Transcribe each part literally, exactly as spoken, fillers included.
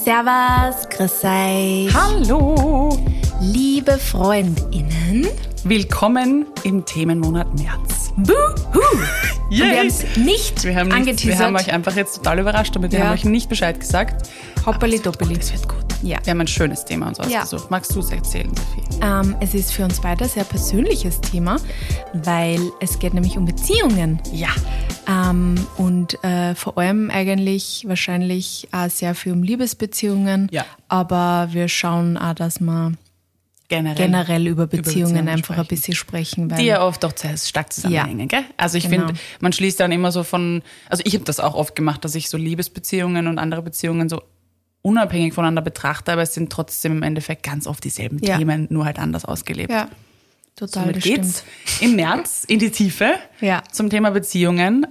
Servus, grüß euch. Hallo. Liebe FreundInnen. Willkommen im Themenmonat März. Buhu. Yay. Und wir haben es nicht wir haben angeteasert. Wir haben euch einfach jetzt total überrascht, aber wir Ja. haben euch nicht Bescheid gesagt. Hoppali doppeli. Es wird gut. Ja. Wir haben ein schönes Thema uns Ja. ausgesucht. Magst du es erzählen, Sophie? Ähm, es ist für uns beide ein sehr persönliches Thema, weil es geht nämlich um Beziehungen. Ja. Ähm, und äh, vor allem eigentlich wahrscheinlich auch sehr viel um Liebesbeziehungen. Ja. Aber wir schauen auch, dass wir Generell, generell über Beziehungen, Beziehungen einfach ein sprechen. bisschen sprechen. Weil Die ja oft auch sehr stark zusammenhängen, gell? Also ich Genau. finde, man schließt dann immer so von, also ich habe das auch oft gemacht, dass ich so Liebesbeziehungen und andere Beziehungen so unabhängig voneinander betrachte, aber es sind trotzdem im Endeffekt ganz oft dieselben Ja. Themen, nur halt anders ausgelebt. Ja, total, Somit das geht's stimmt. im März in die Tiefe Ja. zum Thema Beziehungen.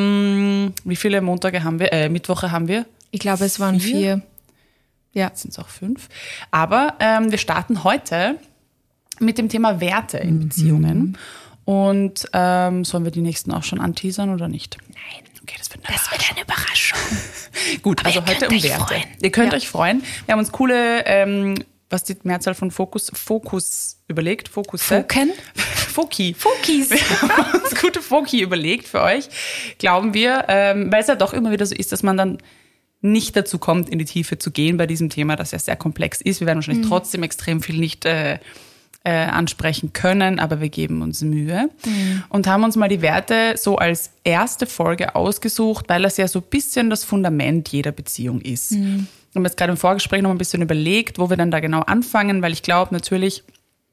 Ähm, wie viele Montage haben wir, äh, Mittwoche haben wir? Ich glaube, es waren Vier? vier. Ja. Jetzt sind es auch fünf. Aber ähm, wir starten heute mit dem Thema Werte in Beziehungen. Und ähm, sollen wir die nächsten auch schon anteasern oder nicht? Nein. Okay, das wird eine Das wird eine Überraschung. Gut, Aber also ihr heute könnt um euch Werte. freuen. Ihr könnt Ja. euch freuen. Wir haben uns coole, ähm, was die Mehrzahl von Fokus, Fokus überlegt. Fokus. Foken? Foki. Fokis. Wir haben uns gute Foki überlegt für euch, glauben wir, ähm, weil es ja doch immer wieder so ist, dass man dann nicht dazu kommt, in die Tiefe zu gehen bei diesem Thema, das ja sehr komplex ist. Wir werden wahrscheinlich trotzdem extrem viel nicht äh, äh, ansprechen können, aber wir geben uns Mühe und haben uns mal die Werte so als erste Folge ausgesucht, weil das ja so ein bisschen das Fundament jeder Beziehung ist. Wir haben jetzt gerade im Vorgespräch noch ein bisschen überlegt, wo wir dann da genau anfangen, weil ich glaube natürlich,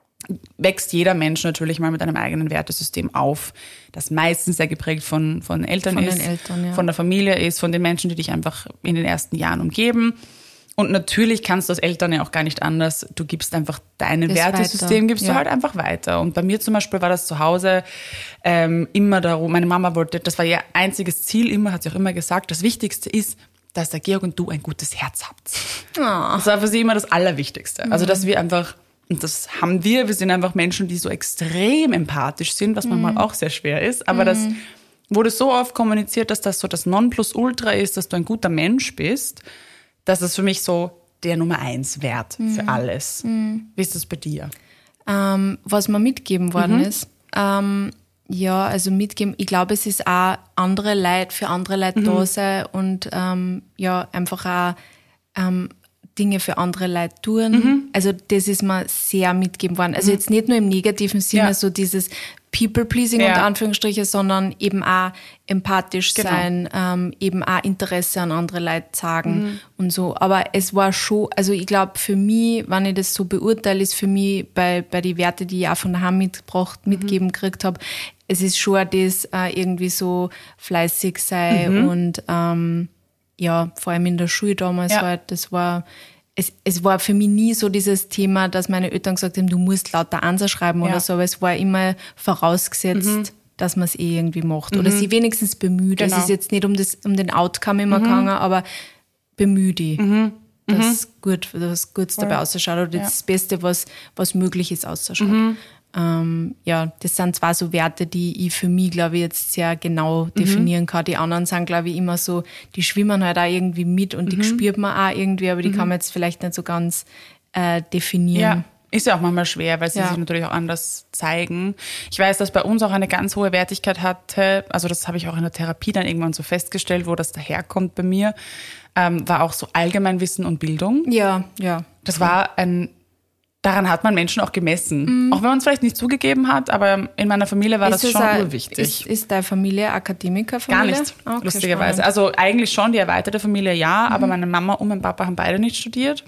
wächst jeder Mensch natürlich mal mit einem eigenen Wertesystem auf, das meistens sehr geprägt von, von Eltern Von den ist, Eltern, ja. von der Familie ist, von den Menschen, die dich einfach in den ersten Jahren umgeben. Und natürlich kannst du als Eltern ja auch gar nicht anders. Du gibst einfach dein Das Wertesystem, weiter, gibst ja. du halt einfach weiter. Und bei mir zum Beispiel war das zu Hause ähm, immer darum, meine Mama wollte, das war ihr einziges Ziel, immer hat sie auch immer gesagt, das Wichtigste ist, dass der Georg und du ein gutes Herz habt. Oh. Das war für sie immer das Allerwichtigste. Also, dass wir einfach, und das haben wir, wir sind einfach Menschen, die so extrem empathisch sind, was manchmal auch sehr schwer ist. Aber das wurde so oft kommuniziert, dass das so das Nonplusultra ist, dass du ein guter Mensch bist, dass das für mich so der Nummer eins Wert für alles. Wie ist das bei dir? Ähm, was mir mitgegeben worden ist, ähm, ja, also mitgeben, ich glaube, es ist auch andere Leute, für andere Leute da sein und ähm, ja, einfach auch ähm, Dinge für andere Leute tun. Also das ist mir sehr mitgegeben worden. Also jetzt nicht nur im negativen Sinne, Ja. so dieses People-Pleasing Ja. unter Anführungsstriche, sondern eben auch empathisch Genau. sein, ähm, eben auch Interesse an andere Leute zeigen und so. Aber es war schon, also ich glaube für mich, wenn ich das so beurteile, ist für mich bei, bei den Werten, die ich auch von daheim mitgebracht, mitgeben gekriegt habe, es ist schon auch das äh, irgendwie so fleißig sein und ähm, ja, vor allem in der Schule damals Ja. halt, das war, es, es war für mich nie so dieses Thema, dass meine Eltern gesagt haben, du musst lauter Ansa schreiben Ja. oder so, aber es war immer vorausgesetzt, dass man es eh irgendwie macht oder sie wenigstens bemüht. Genau. Es ist jetzt nicht um, das, um den Outcome immer gegangen, aber bemühe dich, dass gut, dass Gutes dabei ausschaut oder Ja. das Beste, was, was möglich ist, ausschaut. Ähm, ja, das sind zwar so Werte, die ich für mich, glaube ich, jetzt sehr genau definieren kann. Die anderen sind, glaube ich, immer so, die schwimmen halt auch irgendwie mit und die spürt man auch irgendwie, aber die kann man jetzt vielleicht nicht so ganz äh, definieren. Ja, ist ja auch manchmal schwer, weil sie Ja. sich natürlich auch anders zeigen. Ich weiß, dass bei uns auch eine ganz hohe Wertigkeit hatte, also das habe ich auch in der Therapie dann irgendwann so festgestellt, wo das daherkommt bei mir, ähm, war auch so Allgemeinwissen und Bildung. Ja, ja. Das war ein, daran hat man Menschen auch gemessen. Auch wenn man es vielleicht nicht zugegeben hat, aber in meiner Familie war Ist das schon ein- urwichtig. Ist, ist deine Familie Akademikerfamilie? Gar nicht, Ah, okay, lustigerweise. spannend. Also eigentlich schon die erweiterte Familie, ja, aber meine Mama und mein Papa haben beide nicht studiert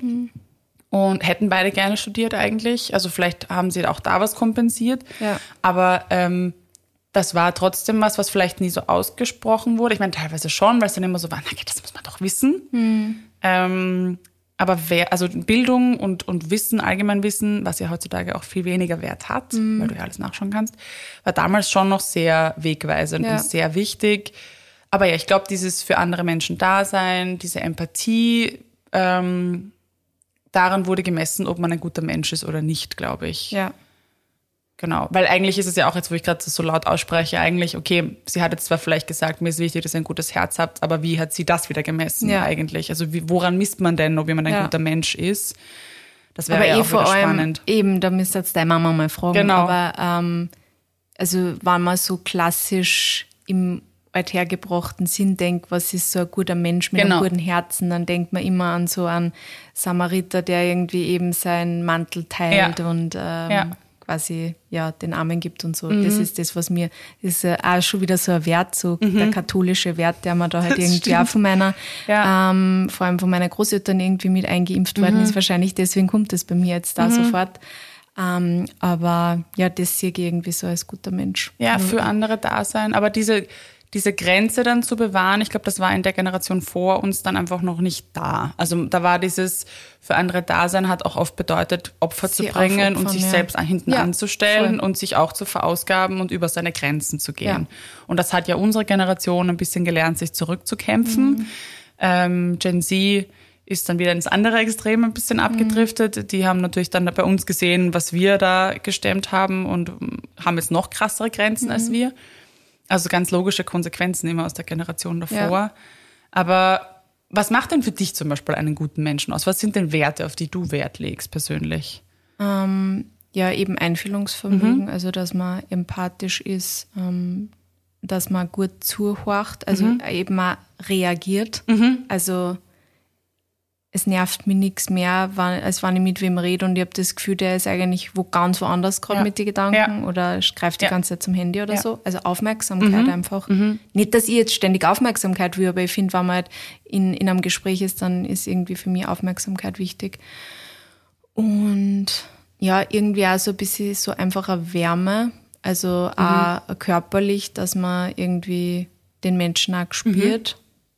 und hätten beide gerne studiert eigentlich. Also vielleicht haben sie auch da was kompensiert. Ja. Aber ähm, das war trotzdem was, was vielleicht nie so ausgesprochen wurde. Ich meine, teilweise schon, weil es dann immer so war, na, das muss man doch wissen. Ähm, aber wer, also Bildung und, und Wissen, Allgemeinwissen, was ja heutzutage auch viel weniger Wert hat, weil du ja alles nachschauen kannst, war damals schon noch sehr wegweisend Ja. und sehr wichtig. Aber ja, ich glaube, dieses für andere Menschen Dasein, diese Empathie, ähm, daran wurde gemessen, ob man ein guter Mensch ist oder nicht, glaube ich. Ja. Genau, weil eigentlich ist es ja auch jetzt, wo ich gerade so laut ausspreche, eigentlich, okay, sie hat jetzt zwar vielleicht gesagt, mir ist wichtig, dass ihr ein gutes Herz habt, aber wie hat sie das wieder gemessen Ja. eigentlich? Also wie, woran misst man denn, ob jemand ein Ja. guter Mensch ist? Das wäre Aber ja eh auch vor wieder allem, spannend. eben, da müsst ihr jetzt deine Mama mal fragen. Genau. Aber ähm, also wenn man so klassisch im althergebrachten Sinn denkt, was ist so ein guter Mensch mit Genau. einem guten Herzen, dann denkt man immer an so einen Samariter, der irgendwie eben seinen Mantel teilt Ja. und ähm, Ja. quasi ja den Armen gibt und so. Das ist das, was mir, das ist äh, auch schon wieder so ein Wert, so der katholische Wert, der mir da halt Das irgendwie stimmt. auch von meiner, Ja. ähm, vor allem von meinen Großeltern irgendwie mit eingeimpft worden ist. Wahrscheinlich deswegen kommt das bei mir jetzt da sofort. Ähm, aber ja, das sehe ich irgendwie so als guter Mensch. Ja, für andere da sein. Aber diese, diese Grenze dann zu bewahren, ich glaube, das war in der Generation vor uns dann einfach noch nicht da. Also da war dieses für andere Dasein hat auch oft bedeutet, Opfer Sie zu bringen und aufopfern, sich ja. selbst hinten Ja, anzustellen voll. und sich auch zu verausgaben und über seine Grenzen zu gehen. Ja. Und das hat ja unsere Generation ein bisschen gelernt, sich zurückzukämpfen. Mhm. Ähm, Gen Z ist dann wieder ins andere Extrem ein bisschen abgedriftet. Die haben natürlich dann bei uns gesehen, was wir da gestemmt haben und haben jetzt noch krassere Grenzen Mhm. als wir. Also ganz logische Konsequenzen immer aus der Generation davor. Ja. Aber was macht denn für dich zum Beispiel einen guten Menschen aus? Was sind denn Werte, auf die du Wert legst persönlich? Ähm, ja, eben Einfühlungsvermögen, Mhm. also dass man empathisch ist, ähm, dass man gut zuhorcht, also Mhm. eben auch reagiert. Also es nervt mich nichts mehr, wann, als wenn ich mit wem rede und ich habe das Gefühl, der ist eigentlich wo ganz woanders gerade Ja. mit den Gedanken Ja. oder greift die Ja. ganze Zeit zum Handy oder Ja. so. Also Aufmerksamkeit einfach. Nicht, dass ich jetzt ständig Aufmerksamkeit will, aber ich finde, wenn man halt in, in einem Gespräch ist, dann ist irgendwie für mich Aufmerksamkeit wichtig. Und ja, irgendwie auch so ein bisschen so einfach eine Wärme, also auch körperlich, dass man irgendwie den Menschen auch spürt.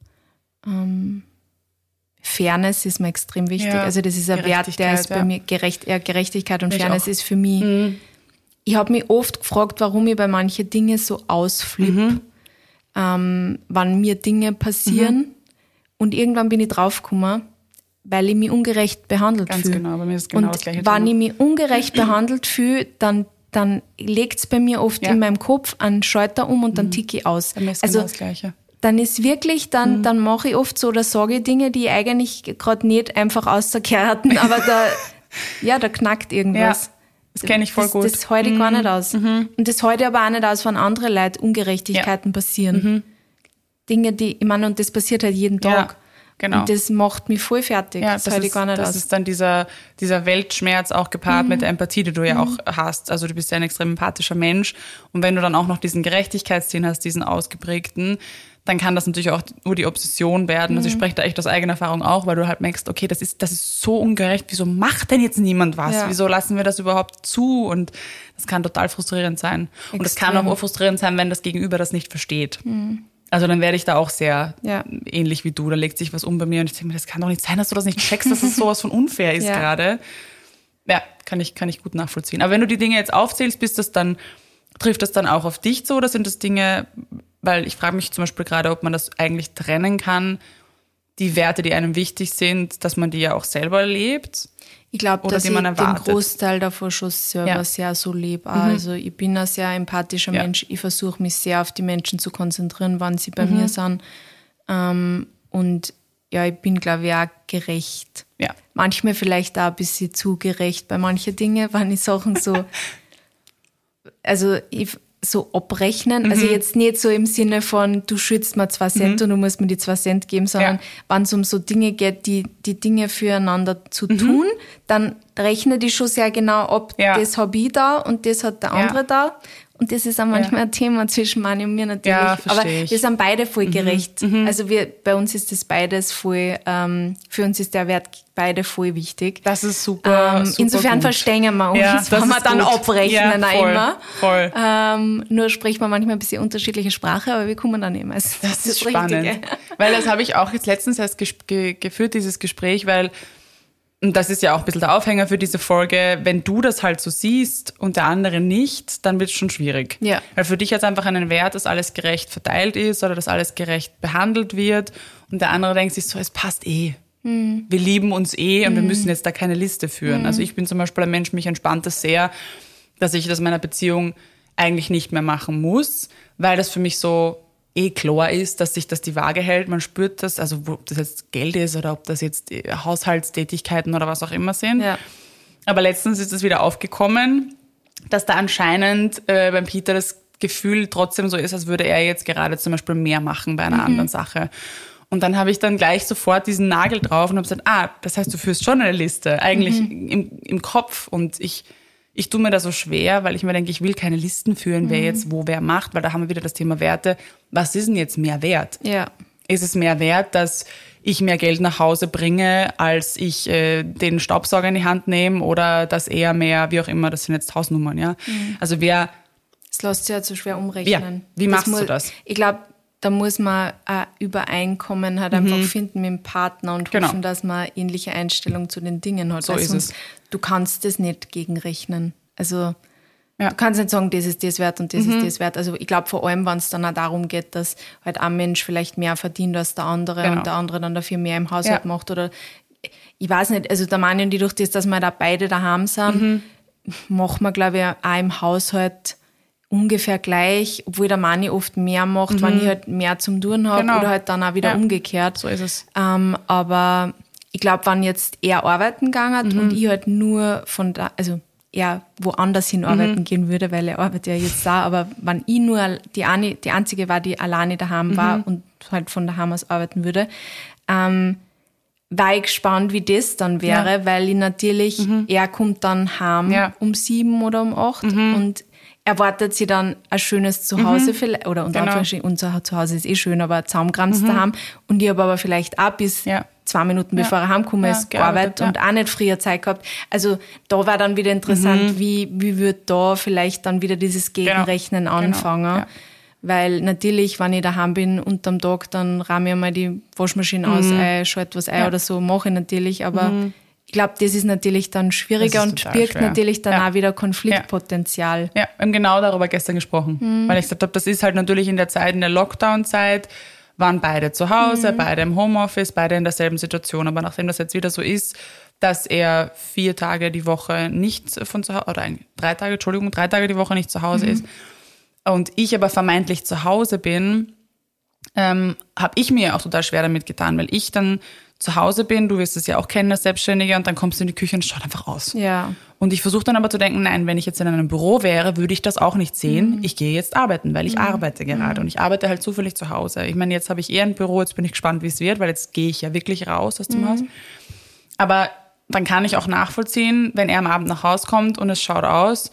Ähm, Fairness ist mir extrem wichtig. Ja, Also das ist ein Wert, der ist Gerechtigkeit, ja. bei mir gerecht, ja, Gerechtigkeit und Ich Fairness auch. ist für mich. Ich habe mich oft gefragt, warum ich bei manchen Dingen so ausflippe, ähm, wann mir Dinge passieren. Und irgendwann bin ich draufgekommen, weil ich mich ungerecht behandelt Ganz fühle. genau, bei mir ist es genau und das gleiche wenn Thema. ich mich ungerecht behandelt fühle, dann, dann legt es bei mir oft Ja. in meinem Kopf einen Schalter um und dann ticke ich aus. Bei mir ist Also genau das Gleiche. dann ist wirklich, dann, dann mache ich oft so oder sage ich Dinge, die eigentlich gerade nicht einfach außerkehrten, aber da, ja, da knackt irgendwas. Ja, das kenne ich voll das, gut. Das halte ich gar nicht aus. Und das halte ich aber auch nicht aus, wenn andere Leute Ungerechtigkeiten passieren. Dinge, die, ich meine, und das passiert halt jeden Tag. Ja, genau. Und das macht mich voll fertig. Ja, das, das, halte ich ist, gar nicht das aus. ist dann dieser, dieser Weltschmerz auch gepaart mit der Empathie, die du ja auch hast. Also du bist ja ein extrem empathischer Mensch. Und wenn du dann auch noch diesen Gerechtigkeitssinn hast, diesen ausgeprägten, dann kann das natürlich auch nur die Obsession werden. Also ich spreche da echt aus eigener Erfahrung auch, weil du halt merkst, okay, das ist, das ist so ungerecht. Wieso macht denn jetzt niemand was? Ja. Wieso lassen wir das überhaupt zu? Und das kann total frustrierend sein. Und es kann Extrem. auch frustrierend sein, wenn das Gegenüber das nicht versteht. Also dann werde ich da auch sehr Ja. ähnlich wie du. Da legt sich was um bei mir und ich denke mir, das kann doch nicht sein, dass du das nicht checkst, dass es sowas von unfair ist Ja. gerade. Ja, kann ich, kann ich gut nachvollziehen. Aber wenn du die Dinge jetzt aufzählst, bist das dann, trifft das dann auch auf dich so oder sind das Dinge, weil ich frage mich zum Beispiel gerade, ob man das eigentlich trennen kann, die Werte, die einem wichtig sind, dass man die ja auch selber lebt? Ich glaube, Oder dass die ich man den erwartet. Großteil davon schon selber Ja. sehr so lebe. auch. Also ich bin ein sehr empathischer Ja. Mensch. Ich versuche mich sehr auf die Menschen zu konzentrieren, wann sie bei Mhm. mir sind. Ähm, und ja, ich bin, glaube ich, auch gerecht. Ja. Manchmal vielleicht auch ein bisschen zu gerecht bei manchen Dingen, wenn ich Sachen so, also ich, so abrechnen. Also Mhm. jetzt nicht so im Sinne von, du schützt mir zwei Cent und du musst mir die zwei Cent geben, sondern Ja. wenn es um so Dinge geht, die, die Dinge füreinander zu Mhm. tun, dann rechne ich schon sehr genau ab, Ja. das habe ich da und das hat der Ja. andere da. Und das ist auch manchmal Ja. ein Thema zwischen Mani und mir natürlich. Ja, verstehe Aber ich. wir sind beide voll gerecht. Also wir, bei uns ist das beides voll, ähm, für uns ist der Wert beide voll wichtig. Das ist super, Ähm, super insofern gut. verstehen wir uns, Ja, wenn das wir ist dann gut. abrechnen Ja, auch voll, immer. voll. Ähm, nur spricht man manchmal ein bisschen unterschiedliche Sprache, aber wir kommen dann immer. Das, Das ist spannend. Weil das habe ich auch jetzt letztens erst ges ge geführt, dieses Gespräch, weil, und das ist ja auch ein bisschen der Aufhänger für diese Folge, wenn du das halt so siehst und der andere nicht, dann wird es schon schwierig. Ja. Weil für dich hat es einfach einen Wert, dass alles gerecht verteilt ist oder dass alles gerecht behandelt wird und der andere denkt sich so, es passt eh. Mhm. Wir lieben uns eh und wir müssen jetzt da keine Liste führen. Also ich bin zum Beispiel ein Mensch, mich entspannt das sehr, dass ich das in meiner Beziehung eigentlich nicht mehr machen muss, weil das für mich so eh klar ist, dass sich das die Waage hält. Man spürt das, also ob das jetzt Geld ist oder ob das jetzt Haushaltstätigkeiten oder was auch immer sind. Ja. Aber letztens ist es wieder aufgekommen, dass da anscheinend äh, beim Peter das Gefühl trotzdem so ist, als würde er jetzt gerade zum Beispiel mehr machen bei einer mhm. anderen Sache. Und dann habe ich dann gleich sofort diesen Nagel drauf und habe gesagt, ah, das heißt, du führst schon eine Liste, eigentlich mhm. im, im Kopf. Und ich Ich tue mir da so schwer, weil ich mir denke, ich will keine Listen führen, wer jetzt wo wer macht, weil da haben wir wieder das Thema Werte. Was ist denn jetzt mehr wert? Ja. Ist es mehr wert, dass ich mehr Geld nach Hause bringe, als ich äh, den Staubsauger in die Hand nehme oder dass er mehr, wie auch immer, das sind jetzt Hausnummern, ja. Mhm. Also wer... Das lässt sich ja zu schwer umrechnen. Ja. Wie machst das du das? Ich glaube, da muss man ein Übereinkommen halt einfach mhm. finden mit dem Partner und genau. hoffen, dass man eine ähnliche Einstellung zu den Dingen hat. So ist es. Du kannst das nicht gegenrechnen. Also ja. du kannst nicht sagen, das ist das wert und das mhm. ist das wert. Also ich glaube vor allem, wenn es dann auch darum geht, dass halt ein Mensch vielleicht mehr verdient als der andere genau. und der andere dann dafür mehr im Haushalt ja. macht. Oder ich weiß nicht, also der Mann und die durch das, dass wir da beide daheim sind, mhm. machen wir, glaube ich, auch im Haushalt ungefähr gleich, obwohl der Manni oft mehr macht, mhm. wenn ich halt mehr zum Tun habe genau. oder halt dann auch wieder ja. umgekehrt. So ist es. Ähm, aber ich glaube, wenn jetzt er arbeiten gegangen hat mhm. und ich halt nur von da, also er woanders hin arbeiten mhm. gehen würde, weil er arbeitet ja jetzt da, aber wenn ich nur die, eine, die einzige war, die alleine daheim mhm. war und halt von daheim aus arbeiten würde, ähm, war ich gespannt, wie das dann wäre, ja. weil ich natürlich, mhm. er kommt dann heim ja. um sieben oder um acht mhm. und erwartet sie dann ein schönes Zuhause mhm. vielleicht, oder unter genau. Anführungsstrichen, unser Zuhause ist eh schön, aber ein Zaumkranz mhm. daheim und ich habe aber vielleicht auch bis ja. zwei Minuten bevor ja. er heimgekommen ist, ja, gearbeitet ja. und auch nicht früher Zeit gehabt. Also da war dann wieder interessant, mhm. wie, wie wird da vielleicht dann wieder dieses Gegenrechnen genau. anfangen. Genau. Ja. Weil natürlich, wenn ich daheim bin unterm Tag, dann rahme ich mal die Waschmaschine mhm. aus, ein, schalte was ein ja. oder so, mache ich natürlich, aber mhm. ich glaube, das ist natürlich dann schwieriger und birgt schwer. natürlich dann ja. auch wieder Konfliktpotenzial. Ja, wir haben genau darüber gestern gesprochen. Mhm. Weil ich gesagt habe, das ist halt natürlich in der Zeit, in der Lockdown-Zeit, waren beide zu Hause, mhm. beide im Homeoffice, beide in derselben Situation. Aber nachdem das jetzt wieder so ist, dass er vier Tage die Woche nicht von zu Hause, oder drei Tage, Entschuldigung, drei Tage die Woche nicht zu Hause mhm. ist und ich aber vermeintlich zu Hause bin, ähm, habe ich mir auch total schwer damit getan, weil ich dann zu Hause bin, du wirst es ja auch kennen als Selbstständige, und dann kommst du in die Küche und es schaut einfach aus. Ja. Und ich versuche dann aber zu denken, nein, wenn ich jetzt in einem Büro wäre, würde ich das auch nicht sehen. Mhm. Ich gehe jetzt arbeiten, weil ich mhm. arbeite gerade mhm. und ich arbeite halt zufällig zu Hause. Ich meine, jetzt habe ich eher ein Büro, jetzt bin ich gespannt, wie es wird, weil jetzt gehe ich ja wirklich raus aus dem mhm. Haus. Aber dann kann ich auch nachvollziehen, wenn er am Abend nach Hause kommt und es schaut aus,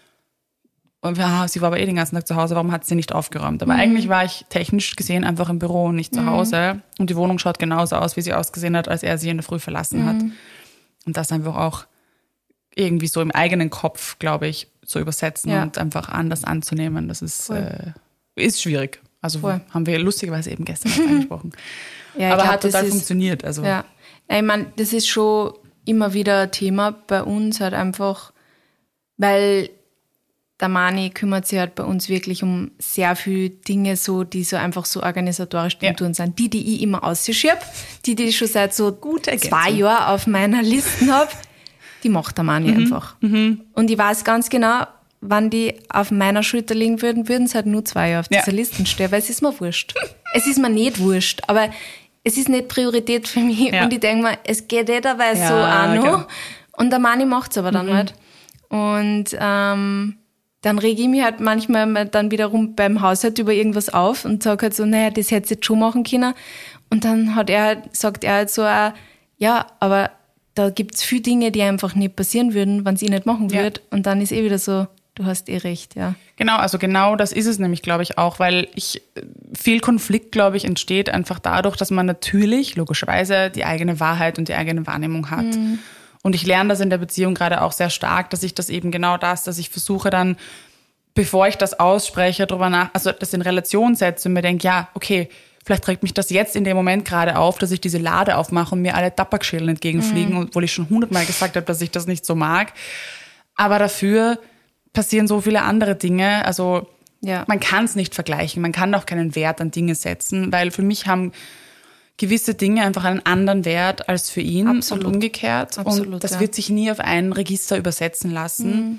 und ja, sie war aber eh den ganzen Tag zu Hause, warum hat sie nicht aufgeräumt? Aber mhm. eigentlich war ich technisch gesehen einfach im Büro und nicht zu Hause. Und die Wohnung schaut genauso aus, wie sie ausgesehen hat, als er sie in der Früh verlassen mhm. hat. Und das einfach auch irgendwie so im eigenen Kopf, glaube ich, zu übersetzen ja. und einfach anders anzunehmen. Das ist, äh, ist schwierig. Also Voll. haben wir lustigerweise eben gestern erst angesprochen. Ja, aber glaub, hat total ist, funktioniert. Also. Ja. Ich meine, das ist schon immer wieder ein Thema bei uns, halt einfach, weil der Mani kümmert sich halt bei uns wirklich um sehr viele Dinge, so, die so einfach so organisatorisch Strukturen ja. sind. Die, die ich immer ausschiebe, die, die ich schon seit so Gute zwei Jahren auf meiner Liste habe, die macht der Mani mhm. einfach. Mhm. Und ich weiß ganz genau, wenn die auf meiner Schulter liegen würden, würden es halt nur zwei Jahre auf dieser ja. Liste stehen, weil es ist mir wurscht. Es ist mir nicht wurscht, aber es ist nicht Priorität für mich. Ja. Und ich denke mir, es geht eh dabei ja, so auch noch. Genau. Und der Mani macht es aber dann mhm. halt. Und ähm, dann rege ich mich halt manchmal dann wiederum beim Haushalt über irgendwas auf und sage halt so, naja, das hätte ich jetzt schon machen können. Und dann hat er halt, sagt er halt so, auch, ja, aber da gibt's viele Dinge, die einfach nicht passieren würden, wenn sie nicht machen würde. Ja. Und dann ist eh wieder so, du hast eh recht, ja. Genau, also genau das ist es nämlich, glaube ich, auch, weil ich viel Konflikt, glaube ich, entsteht einfach dadurch, dass man natürlich, logischerweise, die eigene Wahrheit und die eigene Wahrnehmung hat. Mhm. Und ich lerne das in der Beziehung gerade auch sehr stark, dass ich das eben genau das, dass ich versuche dann, bevor ich das ausspreche, drüber nach, also das in Relation setze und mir denke, ja, okay, vielleicht regt mich das jetzt in dem Moment gerade auf, dass ich diese Lade aufmache und mir alle Tabakschälen entgegenfliegen, mhm. obwohl ich schon hundertmal gesagt habe, dass ich das nicht so mag. Aber dafür passieren so viele andere Dinge. Also ja. man kann es nicht vergleichen, man kann auch keinen Wert an Dinge setzen, weil für mich haben gewisse Dinge einfach einen anderen Wert als für ihn. Absolut. Und umgekehrt. Absolut, und das ja. wird sich nie auf ein Register übersetzen lassen. Mhm.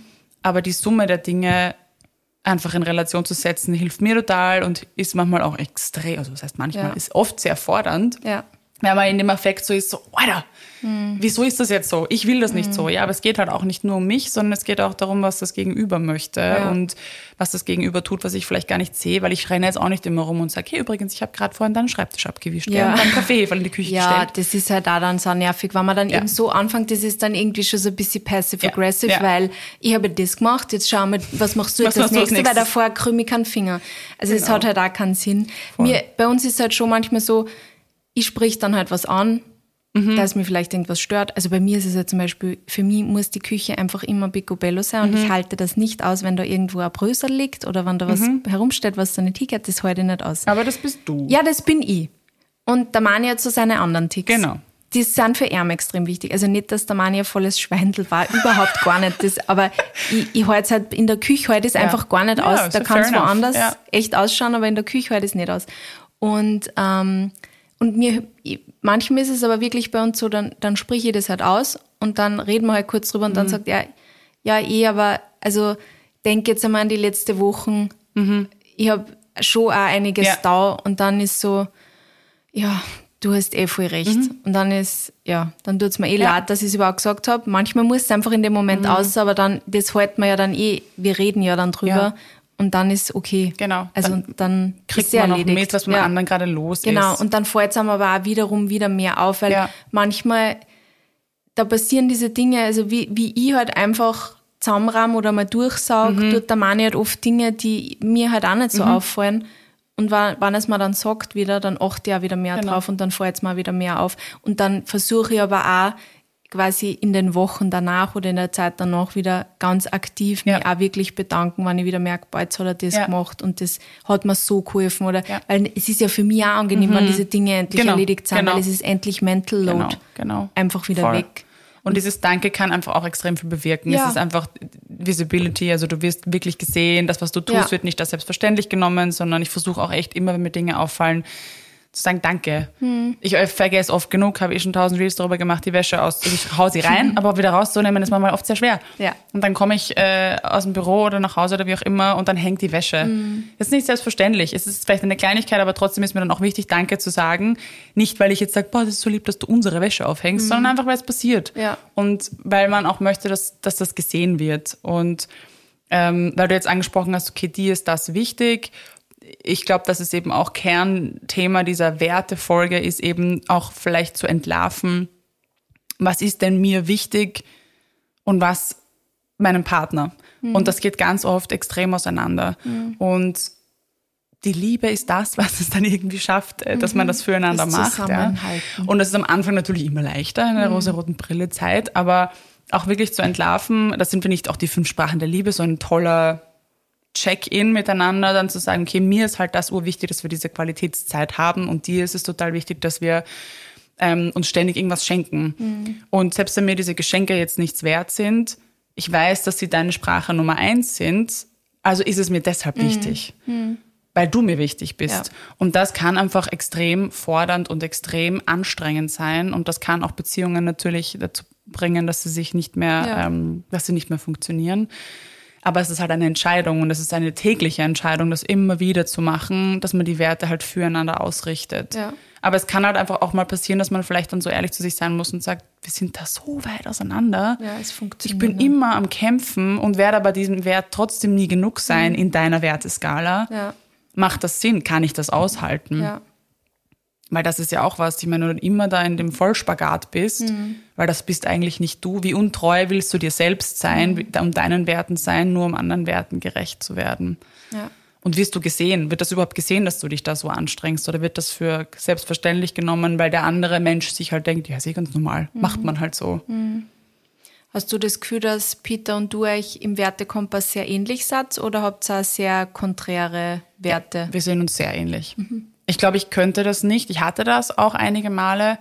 aber die Summe der Dinge einfach in Relation zu setzen, hilft mir total und ist manchmal auch extrem, also das heißt manchmal, Ja. ist oft sehr fordernd. Ja. Wenn man in dem Affekt so ist, so, Alter, hm. wieso ist das jetzt so? Ich will das nicht hm. so. Ja, aber es geht halt auch nicht nur um mich, sondern es geht auch darum, was das Gegenüber möchte ja. und was das Gegenüber tut, was ich vielleicht gar nicht sehe, weil ich renne jetzt auch nicht immer rum und sage, hey, übrigens, ich habe gerade vorhin deinen Schreibtisch abgewischt ja. und dann Kaffeeheferl in die Küche ja, gestellt. Ja, das ist halt auch dann so nervig, wenn man dann ja. eben so anfängt, das ist dann irgendwie schon so ein bisschen passive-aggressive, ja. ja. weil ich habe das gemacht, jetzt schau mal, was machst du jetzt was als nächstes, nächstes? weil davor krümme ich keinen Finger. Also es genau. hat halt auch keinen Sinn. Mir, bei uns ist es halt schon manchmal so, ich sprich dann halt was an, mhm. dass mir vielleicht irgendwas stört. Also bei mir ist es ja zum Beispiel, für mich muss die Küche einfach immer picobello sein und mhm. ich halte das nicht aus, wenn da irgendwo ein Brösel liegt oder wenn da was mhm. herumsteht, was da nicht hingeht, das halte ich nicht aus. Aber das bist du. Ja, das bin ich. Und der Mani hat so seine anderen Ticks. Genau. Die sind für ihn extrem wichtig. Also nicht, dass der Mani ein volles Schweindel war, überhaupt gar nicht. Das, aber ich, ich halte es halt, in der Küche halte ich es ja. einfach gar nicht ja, aus. Da kann es woanders ja. echt ausschauen, aber in der Küche halte ich es nicht aus. Und, ähm, und mir, manchmal ist es aber wirklich bei uns so, dann, dann sprich ich das halt aus und dann reden wir halt kurz drüber und mhm. dann sagt er, ja, eh, aber, also, denk jetzt einmal an die letzte Wochen. Mhm. Ich habe schon auch einiges ja. da und dann ist so, ja, du hast eh voll recht. Mhm. Und dann ist, ja, dann tut's mir eh ja. leid, dass ich es überhaupt gesagt habe. Manchmal muss es einfach in dem Moment mhm. aus, aber dann, das halten wir ja dann eh, wir reden ja dann drüber. Ja. Und dann ist okay. Genau. Also dann, dann kriegt man noch mit, was mit ja. anderen gerade los genau. ist. Genau. Und dann fällt es einem aber auch wiederum wieder mehr auf, weil ja. manchmal, da passieren diese Dinge, also wie, wie ich halt einfach zusammenrahm oder mal durchsaug, mhm. tut der Mani halt oft Dinge, die mir halt auch nicht so mhm. auffallen. Und wenn, wenn es mir dann sagt wieder, dann achte ich auch wieder mehr genau. drauf und dann fällt es mir wieder mehr auf. Und dann versuche ich aber auch, quasi in den Wochen danach oder in der Zeit danach wieder ganz aktiv mich ja. auch wirklich bedanken, wenn ich wieder merke, boah, jetzt hat er das ja. gemacht und das hat mir so geholfen. Oder ja. weil es ist ja für mich auch angenehm, mhm. wenn diese Dinge endlich genau. erledigt sind, genau. weil es ist endlich Mental Load genau. Genau. einfach wieder Voll. weg. Und dieses Danke kann einfach auch extrem viel bewirken. Ja. Es ist einfach Visibility, also du wirst wirklich gesehen, das, was du tust, ja. wird nicht als selbstverständlich genommen, sondern ich versuche auch echt immer, wenn mir Dinge auffallen, zu sagen, danke. Hm. Ich vergesse oft genug, habe ich schon tausend Reels darüber gemacht, die Wäsche aus, also ich hau sie rein, aber wieder rauszunehmen, ist manchmal oft sehr schwer. Ja. Und dann komme ich äh, aus dem Büro oder nach Hause oder wie auch immer und dann hängt die Wäsche. Hm. Das ist nicht selbstverständlich. Es ist vielleicht eine Kleinigkeit, aber trotzdem ist mir dann auch wichtig, danke zu sagen. Nicht, weil ich jetzt sage, boah, das ist so lieb, dass du unsere Wäsche aufhängst, hm. sondern einfach, weil es passiert. Ja. Und weil man auch möchte, dass, dass das gesehen wird. Und ähm, weil du jetzt angesprochen hast, okay, dir ist das wichtig. Ich glaube, dass es eben auch Kernthema dieser Wertefolge ist, eben auch vielleicht zu entlarven, was ist denn mir wichtig und was meinem Partner. Mhm. Und das geht ganz oft extrem auseinander. Mhm. Und die Liebe ist das, was es dann irgendwie schafft, dass man das füreinander das macht. Ja. Und das ist am Anfang natürlich immer leichter, in der mhm. rosaroten Brille-Zeit, aber auch wirklich zu entlarven, das sind wir nicht auch die fünf Sprachen der Liebe, so ein toller Check-in miteinander, dann zu sagen, okay, mir ist halt das urwichtig, dass wir diese Qualitätszeit haben und dir ist es total wichtig, dass wir ähm, uns ständig irgendwas schenken. Mhm. Und selbst wenn mir diese Geschenke jetzt nichts wert sind, ich weiß, dass sie deine Sprache Nummer eins sind, also ist es mir deshalb mhm. wichtig, mhm. weil du mir wichtig bist. Ja. Und das kann einfach extrem fordernd und extrem anstrengend sein und das kann auch Beziehungen natürlich dazu bringen, dass sie sich nicht mehr, ja. ähm, dass sie nicht mehr funktionieren. Aber es ist halt eine Entscheidung und es ist eine tägliche Entscheidung, das immer wieder zu machen, dass man die Werte halt füreinander ausrichtet. Ja. Aber es kann halt einfach auch mal passieren, dass man vielleicht dann so ehrlich zu sich sein muss und sagt, wir sind da so weit auseinander. Ja, es funktioniert. Ich bin immer am Kämpfen und werde aber diesem Wert trotzdem nie genug sein mhm. in deiner Werteskala. Ja. Macht das Sinn? Kann ich das aushalten? Ja. Weil das ist ja auch was, ich meine, wenn du immer da in dem Vollspagat bist, mhm. weil das bist eigentlich nicht du. Wie untreu willst du dir selbst sein, mhm. um deinen Werten sein, nur um anderen Werten gerecht zu werden? Ja. Und wirst du gesehen? Wird das überhaupt gesehen, dass du dich da so anstrengst? Oder wird das für selbstverständlich genommen, weil der andere Mensch sich halt denkt, ja, ist eh ganz normal, mhm. macht man halt so. Mhm. Hast du das Gefühl, dass Peter und du euch im Wertekompass sehr ähnlich seid oder habt ihr auch sehr konträre Werte? Ja, wir sehen uns sehr ähnlich. Mhm. Ich glaube, ich könnte das nicht. Ich hatte das auch einige Male,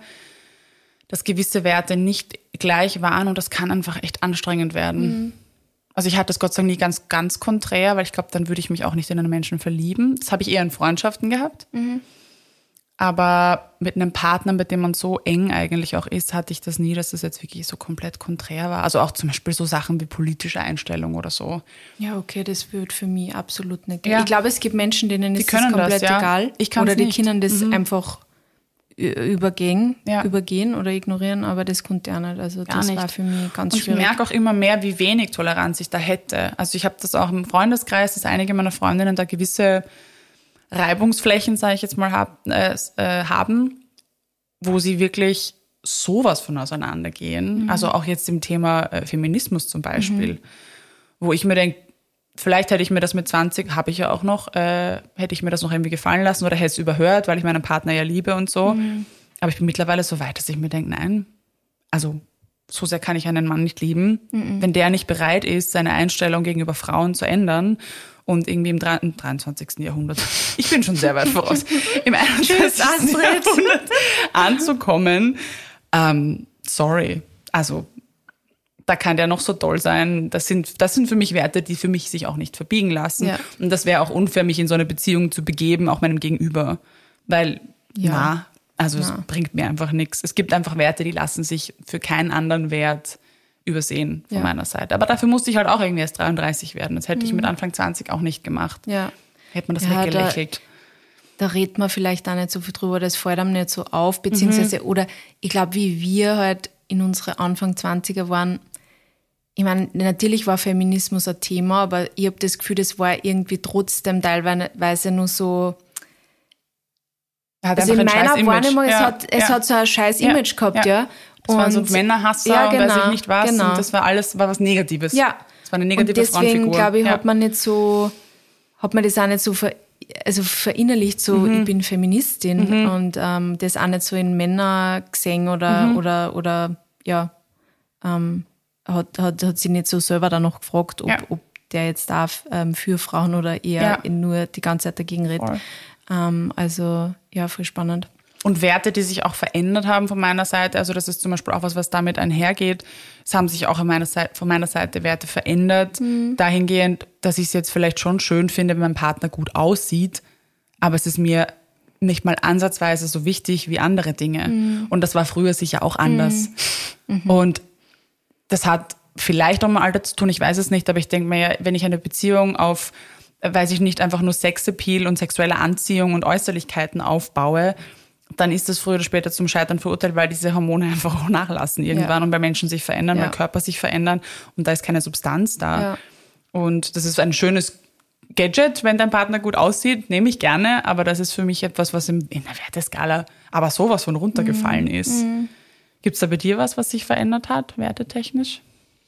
dass gewisse Werte nicht gleich waren und das kann einfach echt anstrengend werden. Mhm. Also ich hatte das Gott sei Dank nie ganz, ganz konträr, weil ich glaube, dann würde ich mich auch nicht in einen Menschen verlieben. Das habe ich eher in Freundschaften gehabt. Mhm. Aber mit einem Partner, mit dem man so eng eigentlich auch ist, hatte ich das nie, dass das jetzt wirklich so komplett konträr war. Also auch zum Beispiel so Sachen wie politische Einstellung oder so. Ja, okay, das wird für mich absolut nicht gehen. Ja. Ich glaube, es gibt Menschen, denen Die ist das können komplett das, ja. egal. Ich kann's oder die nicht. können das Mhm. einfach ü- übergehen, Ja. übergehen oder ignorieren, aber das konnte er nicht. Also Gar das nicht. war für mich ganz Und ich schwierig. merke auch immer mehr, wie wenig Toleranz ich da hätte. Also ich habe das auch im Freundeskreis, dass einige meiner Freundinnen da gewisse Reibungsflächen, sage ich jetzt mal, hab, äh, äh, haben, wo sie wirklich sowas von auseinandergehen. Mhm. Also auch jetzt im Thema äh, Feminismus zum Beispiel, mhm. wo ich mir denke, vielleicht hätte ich mir das mit zwanzig, habe ich ja auch noch, äh, hätte ich mir das noch irgendwie gefallen lassen oder hätte es überhört, weil ich meinen Partner ja liebe und so. Mhm. Aber ich bin mittlerweile so weit, dass ich mir denke, nein, also so sehr kann ich einen Mann nicht lieben, mhm. wenn der nicht bereit ist, seine Einstellung gegenüber Frauen zu ändern und irgendwie im dreiundzwanzigsten Jahrhundert, ich bin schon sehr weit voraus, im einundzwanzigsten Jahrhundert anzukommen. Ähm, sorry, also da kann der noch so toll sein. Das sind, das sind für mich Werte, die für mich sich auch nicht verbiegen lassen. Ja. Und das wäre auch unfair, mich in so eine Beziehung zu begeben, auch meinem Gegenüber. Weil, ja, na, also ja. es bringt mir einfach nichts. Es gibt einfach Werte, die lassen sich für keinen anderen Wert übersehen von ja. meiner Seite. Aber dafür musste ich halt auch irgendwie erst dreiunddreißig werden. Das hätte mhm. ich mit Anfang zwanzig auch nicht gemacht. Ja. Hätte man das ja, weggelächelt. Da, da redet man vielleicht auch nicht so viel drüber, das fällt einem nicht so auf, beziehungsweise, mhm. oder ich glaube, wie wir halt in unsere Anfang zwanziger waren, ich meine, natürlich war Feminismus ein Thema, aber ich habe das Gefühl, das war irgendwie trotzdem teilweise nur so. Hat also in meiner Wahrnehmung, ja, es, hat, es ja. hat so ein scheiß ja, Image gehabt, ja. ja. Das und, waren so Männerhasser ja, genau, und weiß ich nicht was. Genau. Und das war alles, war was Negatives. Ja. Das war eine negative und deswegen, Frauenfigur. glaube ich, ja. hat man nicht so, hat man das auch nicht so ver, also verinnerlicht, so mhm. ich bin Feministin mhm. und ähm, das auch nicht so in Männer gesehen oder, mhm. oder, oder ja, ähm, hat, hat, hat sie nicht so selber dann noch gefragt, ob, ja. ob der jetzt da ähm, für Frauen oder eher ja. nur die ganze Zeit dagegen redet. Ähm, also ja, voll spannend. Und Werte, die sich auch verändert haben von meiner Seite, also das ist zum Beispiel auch was, was damit einhergeht. Es haben sich auch an meiner Seite, von meiner Seite Werte verändert, mhm. dahingehend, dass ich es jetzt vielleicht schon schön finde, wenn mein Partner gut aussieht, aber es ist mir nicht mal ansatzweise so wichtig wie andere Dinge. Mhm. Und das war früher sicher auch anders. Mhm. Mhm. Und das hat vielleicht auch mal Alter zu tun, ich weiß es nicht, aber ich denke mir ja, wenn ich eine Beziehung auf, weiß ich nicht, einfach nur Sexappeal und sexuelle Anziehung und Äußerlichkeiten aufbaue, dann ist das früher oder später zum Scheitern verurteilt, weil diese Hormone einfach auch nachlassen irgendwann ja. und bei Menschen sich verändern, ja. weil Körper sich verändern und da ist keine Substanz da. Ja. Und das ist ein schönes Gadget, wenn dein Partner gut aussieht, nehme ich gerne, aber das ist für mich etwas, was in der Werteskala aber sowas von runtergefallen mhm. ist. Mhm. Gibt es da bei dir was, was sich verändert hat, wertetechnisch?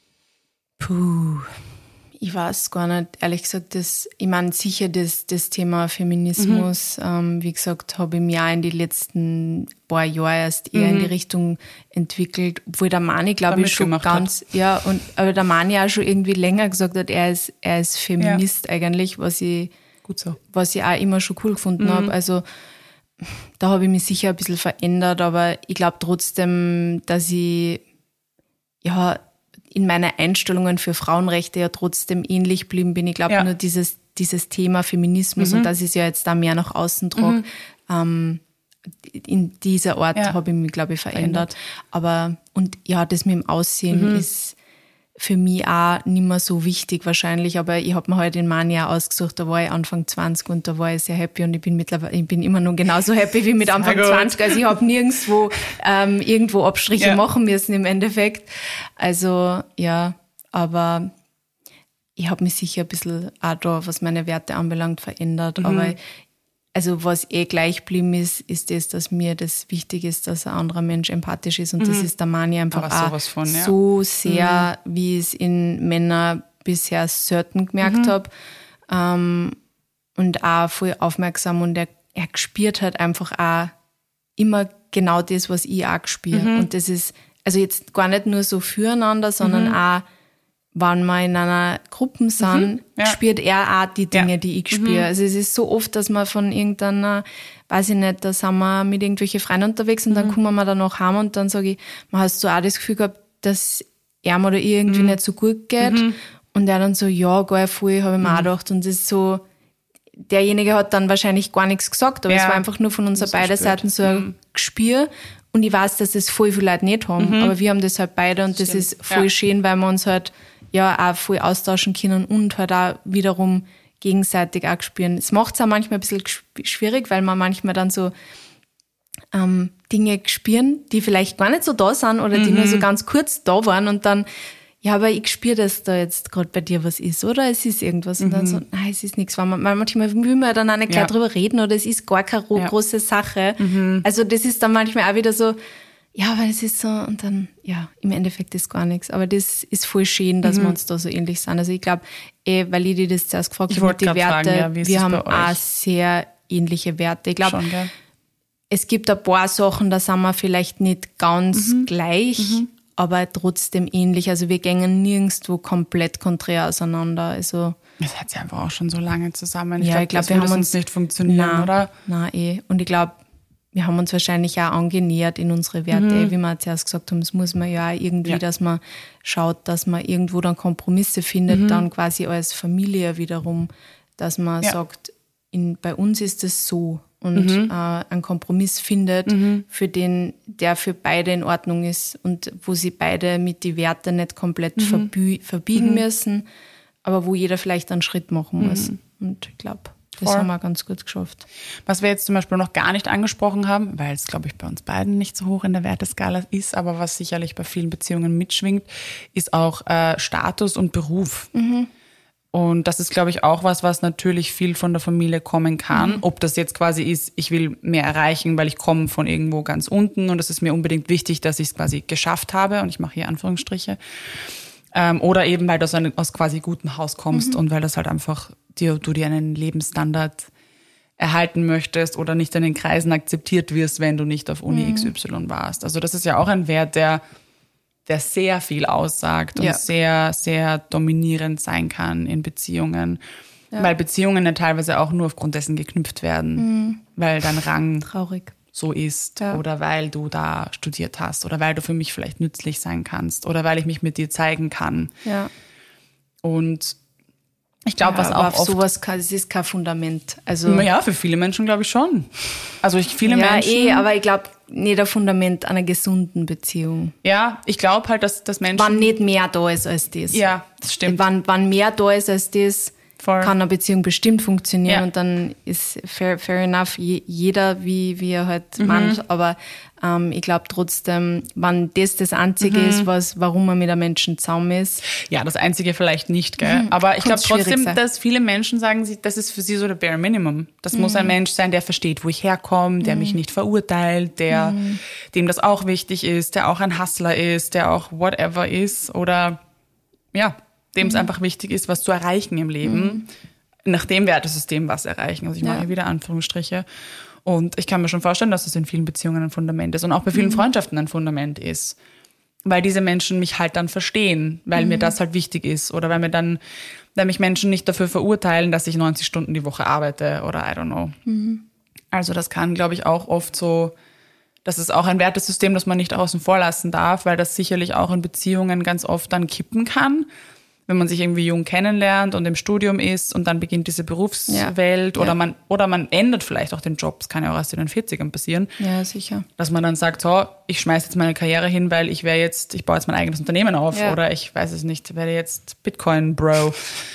Puh, ich weiß gar nicht. Ehrlich gesagt, das, ich meine sicher das, das Thema Feminismus, mhm. ähm, wie gesagt, habe ich mich auch in die letzten paar Jahre erst eher mhm. in die Richtung entwickelt, obwohl der Mani, glaube ich, schon ganz, hat. ja, und aber der Mani auch schon irgendwie länger gesagt hat, er ist, er ist Feminist ja. eigentlich, was ich, Gut so. was ich auch immer schon cool gefunden mhm. habe. Also da habe ich mich sicher ein bisschen verändert, aber ich glaube trotzdem, dass ich ja in meinen Einstellungen für Frauenrechte ja trotzdem ähnlich geblieben bin. Ich glaube ja. nur dieses, dieses Thema Feminismus mhm. und dass ich es ja jetzt da mehr nach außen trage, mhm. ähm, in dieser Art ja. habe ich mich, glaube ich, verändert. verändert. Aber, und ja, das mit dem Aussehen mhm. ist für mich auch nicht mehr so wichtig wahrscheinlich, aber ich habe mir heute den Mann ja ausgesucht, da war ich Anfang zwanzig und da war ich sehr happy und ich bin mittlerweile, ich bin immer noch genauso happy wie mit Anfang zwanzig. Also ich habe nirgendwo ähm, irgendwo Abstriche ja. machen müssen im Endeffekt. Also ja, aber ich habe mich sicher ein bisschen auch da, was meine Werte anbelangt, verändert. Mhm. Aber also was eh gleich geblieben ist, ist das, dass mir das wichtig ist, dass ein anderer Mensch empathisch ist. Und mhm. das ist der Mani einfach auch von, ja. so sehr, mhm. wie ich es in Männern bisher selten gemerkt mhm. habe. Ähm, und auch voll aufmerksam. Und er, er gespürt halt einfach auch immer genau das, was ich auch gespüre. Mhm. Und das ist also jetzt gar nicht nur so füreinander, sondern mhm. auch, wenn wir in einer Gruppe sind, mhm, ja. spürt er auch die Dinge, ja. die ich spüre. Mhm. Also es ist so oft, dass wir von irgendeiner, weiß ich nicht, da sind wir mit irgendwelchen Freunden unterwegs und mhm. dann kommen wir danach heim und dann sage ich, man hast du auch das Gefühl gehabt, dass er mir da irgendwie mhm. nicht so gut geht. Mhm. Und er dann so, ja, gar voll, habe ich mir mhm. auch gedacht. Und das ist so, derjenige hat dann wahrscheinlich gar nichts gesagt, aber ja, es war einfach nur von unserer beiden Seiten so ein mhm. Gespür. Und ich weiß, dass das voll viele Leute nicht haben, mhm. aber wir haben das halt beide und das, das ist voll ja. schön, weil wir uns halt ja auch voll austauschen können und halt auch wiederum gegenseitig auch spüren. Es macht es auch manchmal ein bisschen schwierig, weil man manchmal dann so ähm, Dinge spüren, die vielleicht gar nicht so da sind oder die mhm. nur so ganz kurz da waren und dann, ja, aber ich spüre, dass da jetzt gerade bei dir was ist oder es ist irgendwas. Und mhm. dann so, nein, es ist nichts. Weil manchmal will man dann auch nicht gleich ja. drüber reden oder es ist gar keine ja. große Sache. Mhm. Also das ist dann manchmal auch wieder so, ja, aber es ist so und dann, ja, im Endeffekt ist gar nichts. Aber das ist voll schön, dass mhm. wir uns da so ähnlich sind. Also ich glaube, eh, weil ich dir das zuerst gefragt habe mit den Werten, fragen, ja, wir haben auch sehr ähnliche Werte. Ich glaube, es gibt ein paar Sachen, da sind wir vielleicht nicht ganz mhm. gleich, mhm. aber trotzdem ähnlich. Also wir gehen nirgendwo komplett konträr auseinander. Also das hat ja einfach auch schon so lange zusammen. Ich ja, glaube, ich glaub, das wir würde haben uns nicht funktionieren, nein, oder? Nein, eh. Und ich glaube, wir haben uns wahrscheinlich auch angenähert in unsere Werte, mhm. wie wir zuerst gesagt haben, das muss man ja auch irgendwie, ja. dass man schaut, dass man irgendwo dann Kompromisse findet, mhm. dann quasi als Familie wiederum, dass man ja. sagt, in, bei uns ist es so und mhm. äh, einen Kompromiss findet, mhm. für den, der für beide in Ordnung ist und wo sie beide mit die Werte nicht komplett mhm. verbü- verbiegen mhm. müssen, aber wo jeder vielleicht einen Schritt machen muss. Mhm. Und ich glaube, das Voll. haben wir ganz gut geschafft. Was wir jetzt zum Beispiel noch gar nicht angesprochen haben, weil es, glaube ich, bei uns beiden nicht so hoch in der Werteskala ist, aber was sicherlich bei vielen Beziehungen mitschwingt, ist auch äh, Status und Beruf. Mhm. Und das ist, glaube ich, auch was, was natürlich viel von der Familie kommen kann. Mhm. Ob das jetzt quasi ist, ich will mehr erreichen, weil ich komme von irgendwo ganz unten und es ist mir unbedingt wichtig, dass ich es quasi geschafft habe und ich mache hier Anführungsstriche. Ähm, oder eben, weil du aus einem aus quasi gutem Haus kommst mhm. und weil das halt einfach dir, du dir einen Lebensstandard erhalten möchtest oder nicht in den Kreisen akzeptiert wirst, wenn du nicht auf Uni mhm. X Y warst. Also das ist ja auch ein Wert, der, der sehr viel aussagt und ja. sehr, sehr dominierend sein kann in Beziehungen. Ja. Weil Beziehungen ja teilweise auch nur aufgrund dessen geknüpft werden, mhm. weil dein Rang traurig so ist ja. oder weil du da studiert hast oder weil du für mich vielleicht nützlich sein kannst oder weil ich mich mit dir zeigen kann. Ja. Und ich glaube, ja, was aber auch auf oft, sowas kann, es ist kein Fundament. Also ja, für viele Menschen glaube ich schon. Also ich, viele ja, Menschen. Ja, eh, aber ich glaube nicht ein Fundament einer gesunden Beziehung. Ja, ich glaube halt, dass, dass Menschen... Wann nicht mehr da ist als das. Ja, das stimmt. Wann, wann mehr da ist als das, Voll. kann eine Beziehung bestimmt funktionieren ja. und dann ist fair, fair enough, je, jeder wie, wie er halt mhm. meint, aber ähm, ich glaube trotzdem, wenn das das Einzige mhm. ist, was, warum man mit einem Menschen zusammen ist. Ja, das Einzige vielleicht nicht, gell? Mhm. Aber ich glaube trotzdem, sein. dass viele Menschen sagen, das ist für sie so der Bare Minimum. Das mhm. muss ein Mensch sein, der versteht, wo ich herkomme, der mhm. mich nicht verurteilt, der, mhm. dem das auch wichtig ist, der auch ein Hustler ist, der auch whatever ist oder, ja, dem es mhm. einfach wichtig ist, was zu erreichen im Leben, mhm. nach dem Wertesystem was erreichen. Also ich mache ja. hier wieder Anführungsstriche. Und ich kann mir schon vorstellen, dass es in vielen Beziehungen ein Fundament ist und auch bei vielen mhm. Freundschaften ein Fundament ist. Weil diese Menschen mich halt dann verstehen, weil mhm. mir das halt wichtig ist oder weil mir dann, weil mich Menschen nicht dafür verurteilen, dass ich neunzig Stunden die Woche arbeite oder I don't know. Mhm. Also das kann, glaube ich, auch oft so, das ist auch ein Wertesystem, das man nicht außen vor lassen darf, weil das sicherlich auch in Beziehungen ganz oft dann kippen kann, wenn man sich irgendwie jung kennenlernt und im Studium ist und dann beginnt diese Berufswelt ja. oder, ja. man, oder man ändert vielleicht auch den Job, das kann ja auch erst in den vierzigern passieren. Ja, sicher. Dass man dann sagt, so, ich schmeiße jetzt meine Karriere hin, weil ich wäre jetzt, ich baue jetzt mein eigenes Unternehmen auf ja. oder ich weiß es nicht, werde jetzt Bitcoin-Bro.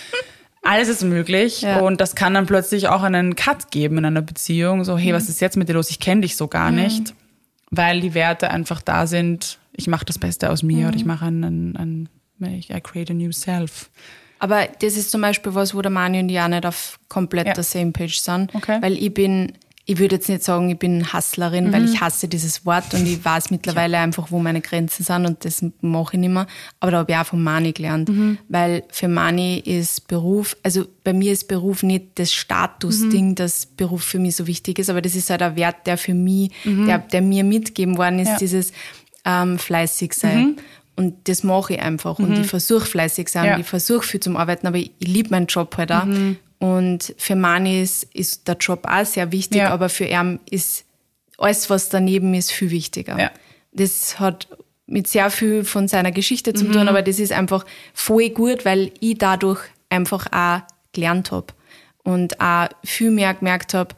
Alles ist möglich ja. und das kann dann plötzlich auch einen Cut geben in einer Beziehung, so, hey, mhm. was ist jetzt mit dir los, ich kenne dich so gar mhm. nicht, weil die Werte einfach da sind, ich mache das Beste aus mir mhm. oder ich mache einen, einen I create a new self. Aber das ist zum Beispiel was, wo der Mani und ich auch nicht auf komplett ja. der same page sind. Okay. Weil ich bin, ich würde jetzt nicht sagen, ich bin Hustlerin, mhm. weil ich hasse dieses Wort und ich weiß mittlerweile ja. einfach, wo meine Grenzen sind und das mache ich nicht mehr. Aber da habe ich auch von Mani gelernt. Mhm. Weil für Mani ist Beruf, also bei mir ist Beruf nicht das Statusding, mhm. dass Beruf für mich so wichtig ist, aber das ist halt ein Wert, der für mich, mhm. der, der mir mitgegeben worden ist, ja. dieses ähm, fleißig sein. Mhm. Und das mache ich einfach. Mhm. Und ich versuche fleißig sein. Ja. Ich versuche viel zum Arbeiten, aber ich, ich liebe meinen Job halt auch. Mhm. Und für Mani ist, ist der Job auch sehr wichtig, ja. aber für ihn ist alles, was daneben ist, viel wichtiger. Ja. Das hat mit sehr viel von seiner Geschichte zu mhm. tun, aber das ist einfach voll gut, weil ich dadurch einfach auch gelernt habe. und auch viel mehr gemerkt habe,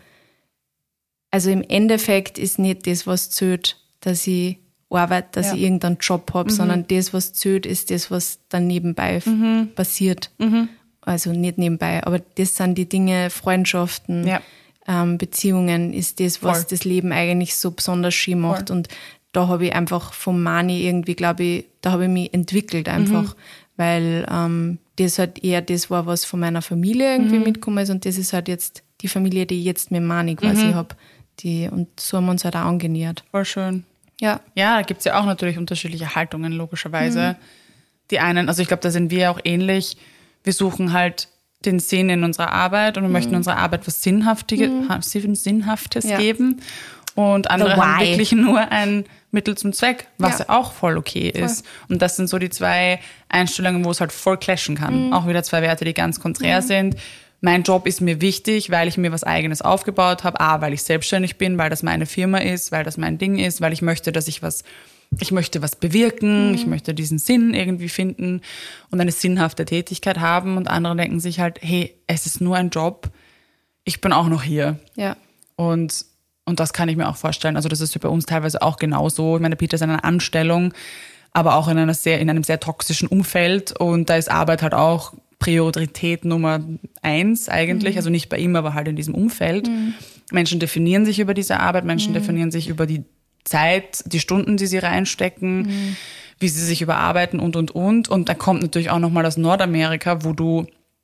also im Endeffekt ist nicht das, was zählt, dass ich arbeite, dass ja. ich irgendeinen Job habe, mhm. sondern das, was zählt, ist das, was dann nebenbei mhm. passiert. Mhm. Also nicht nebenbei, aber das sind die Dinge, Freundschaften, ja. ähm, Beziehungen, ist das, was Voll. Das Leben eigentlich so besonders schön macht. Voll. Und da habe ich einfach vom Mani irgendwie, glaube ich, da habe ich mich entwickelt einfach, mhm. weil ähm, das halt eher das war, was von meiner Familie irgendwie mhm. mitgekommen ist und das ist halt jetzt die Familie, die ich jetzt mit Mani quasi mhm. habe. Die, und so haben wir uns halt auch angenähert. Voll schön. Ja. Ja, da gibt es ja auch natürlich unterschiedliche Haltungen, logischerweise. Mhm. Die einen, also ich glaube, da sind wir auch ähnlich. Wir suchen halt den Sinn in unserer Arbeit und wir mhm. möchten unserer Arbeit was Sinnhaftiges, mhm. Sinnhaftes ja. geben. Und andere haben wirklich nur ein Mittel zum Zweck, was ja, ja auch voll okay voll. Ist. Und das sind so die zwei Einstellungen, wo es halt voll clashen kann. Mhm. Auch wieder zwei Werte, die ganz konträr mhm. sind. Mein Job ist mir wichtig, weil ich mir was Eigenes aufgebaut habe. A, weil ich selbstständig bin, weil das meine Firma ist, weil das mein Ding ist, weil ich möchte, dass ich was, ich möchte was bewirken, mhm. ich möchte diesen Sinn irgendwie finden und eine sinnhafte Tätigkeit haben. Und andere denken sich halt, hey, es ist nur ein Job, ich bin auch noch hier. Ja. Und, und das kann ich mir auch vorstellen. Also das ist ja bei uns teilweise auch genauso. Ich meine, Peter ist in einer Anstellung, aber auch in einer sehr, in einem sehr toxischen Umfeld und da ist Arbeit halt auch Priorität Nummer eins eigentlich, mhm. also nicht bei ihm, aber halt in diesem Umfeld. Mhm. Menschen definieren sich über diese Arbeit, Menschen mhm. definieren sich über die Zeit, die Stunden, die sie reinstecken, mhm. wie sie sich überarbeiten und, und, und. Und da kommt natürlich auch nochmal aus Nordamerika, wo du